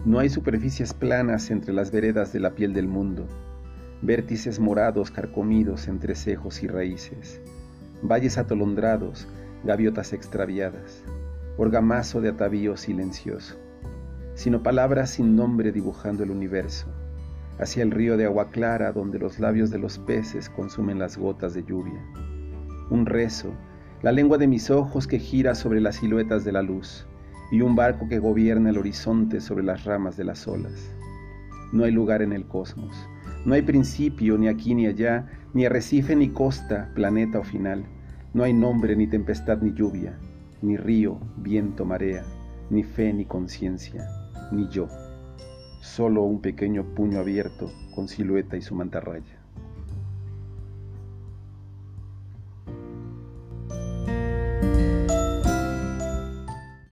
No hay superficies planas entre las veredas de la piel del mundo, vértices morados carcomidos entre cejos y raíces, valles atolondrados, gaviotas extraviadas, orgamazo de atavío silencioso, sino palabras sin nombre dibujando el universo, hacia el río de agua clara donde los labios de los peces consumen las gotas de lluvia. Un rezo, la lengua de mis ojos que gira sobre las siluetas de la luz, y un barco que gobierna el horizonte sobre las ramas de las olas. No hay lugar en el cosmos, no hay principio ni aquí ni allá, ni arrecife ni costa, planeta o final. No hay nombre, ni tempestad ni lluvia, ni río, viento, marea, ni fe ni conciencia, ni yo. Solo un pequeño puño abierto con silueta y su mantarraya.